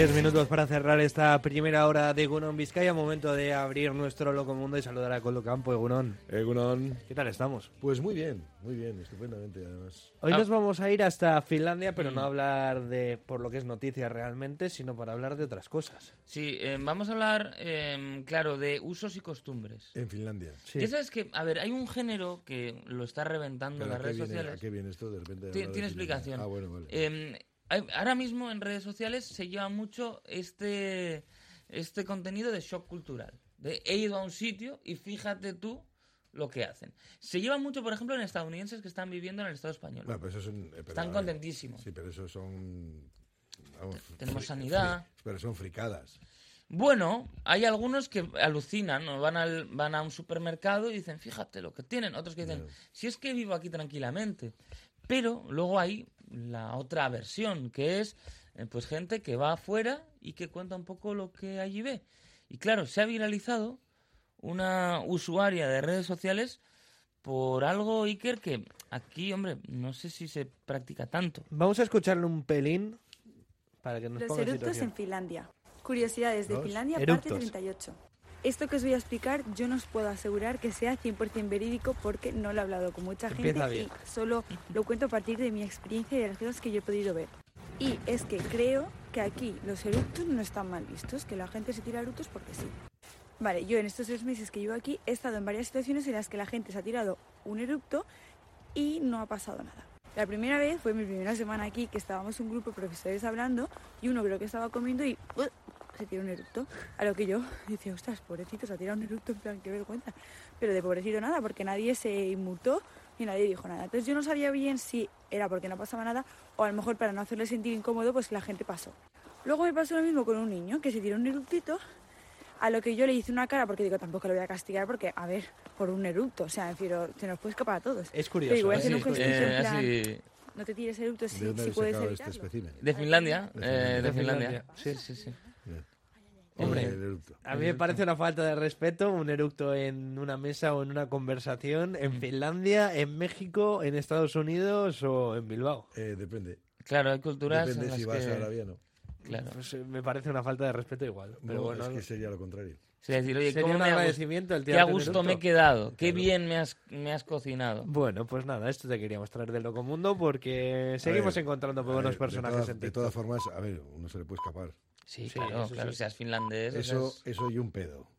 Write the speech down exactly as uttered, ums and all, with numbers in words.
diez minutos para cerrar esta primera hora de Egunon Vizcaya. Momento de abrir nuestro Locomundo y saludar a Koldo Campo. Egunon. Egunon. ¿Qué tal estamos? Pues muy bien, muy bien, estupendamente además. Hoy Ah. nos vamos a ir hasta Finlandia, pero no a hablar de por lo que es noticia realmente, sino para hablar de otras cosas. Sí, eh, vamos a hablar, eh, claro, de usos y costumbres. En Finlandia. Sí. Ya sabes que, a ver, hay un género que lo está reventando en Pero las ¿a qué redes viene, sociales. ¿A qué viene esto de repente? de Ti- hablar de Tiene Finlandia? explicación. Ah, bueno, vale. Eh, hay- ahora mismo en redes sociales se lleva mucho este, este contenido de shock cultural. De he ido a un sitio y fíjate tú lo que hacen. Se lleva mucho, por ejemplo, en estadounidenses que están viviendo en el Estado español. Bueno, pero eso son, eh, pero, Están a ver, contentísimos. Sí, pero eso son... vamos, Tenemos fri- sanidad. fri- pero son fricadas. Bueno, hay algunos que alucinan, ¿no? Van, al, van a un supermercado y dicen, fíjate lo que tienen. Otros que dicen, Ya. si es que vivo aquí tranquilamente. Pero luego hay la otra versión, que es eh, pues gente que va afuera y que cuenta un poco lo que allí ve. Y claro, se ha viralizado una usuaria de redes sociales por algo, Iker, que aquí, hombre, no sé si se practica tanto. Vamos a escucharle un pelín para que nos Los ponga en eructos situación. en Finlandia. Curiosidades de Los Finlandia, eructos. parte treinta y ocho. Esto que os voy a explicar yo no os puedo asegurar que sea cien por ciento verídico porque no lo he hablado con mucha gente Empieza bien. y solo lo cuento a partir de mi experiencia y de las cosas que yo he podido ver. Y es que creo que aquí los eructos no están mal vistos, que la gente se tira eructos porque sí. Vale, yo en estos tres meses que llevo aquí he estado en varias situaciones en las que la gente se ha tirado un eructo y no ha pasado nada. La primera vez fue mi primera semana aquí, que estábamos un grupo de profesores hablando y uno creo que estaba comiendo y ¡uh! Se tiró un eructo. A lo que yo decía, ostras, pobrecito, se ha tirado un eructo, en plan, qué vergüenza. Pero de pobrecito nada, porque nadie se inmutó y nadie dijo nada. Entonces yo no sabía bien si era porque no pasaba nada o a lo mejor para no hacerle sentir incómodo, pues la gente pasó. Luego me pasó lo mismo con un niño que se tiró un eructito. A lo que yo le hice una cara, porque digo, tampoco lo voy a castigar, porque, a ver, por un eructo, o sea, en fin, se nos puede escapar a todos. Es Pero curioso. igual ¿eh? hacer un Sí, gestito eh, en plan, así- no te tires eructos ¿De si, dónde si habéis puedes sacado este evitarlo. espécimen? de Finlandia, De eh, Finlandia. de De Finlandia. Finlandia. Sí, sí, sí. Bien. Hombre, El eructo. A mí me parece una falta de respeto un eructo en una mesa o en una conversación en Finlandia, en México, en Estados Unidos o en Bilbao. Eh, depende. Claro, hay culturas Depende en las si vas que... a Arabia o no. Claro. Pues, eh, me parece una falta de respeto igual. Pero No, bueno, es que sería lo contrario. Es decir, oye, sería ¿cómo un me ha, gust- agradecimiento el qué a tirarte un gusto me he eructo. quedado? Qué Claro. bien me has, me has cocinado. Bueno, pues nada, esto te queríamos traer del Locomundo porque seguimos ver, encontrando A buenos ver, de personajes todas- en De TikTok. todas formas, a ver, uno se le puede escapar. Sí, Sí, claro, eso claro, sí. seas finlandés. o Eso, seas- eso y un pedo.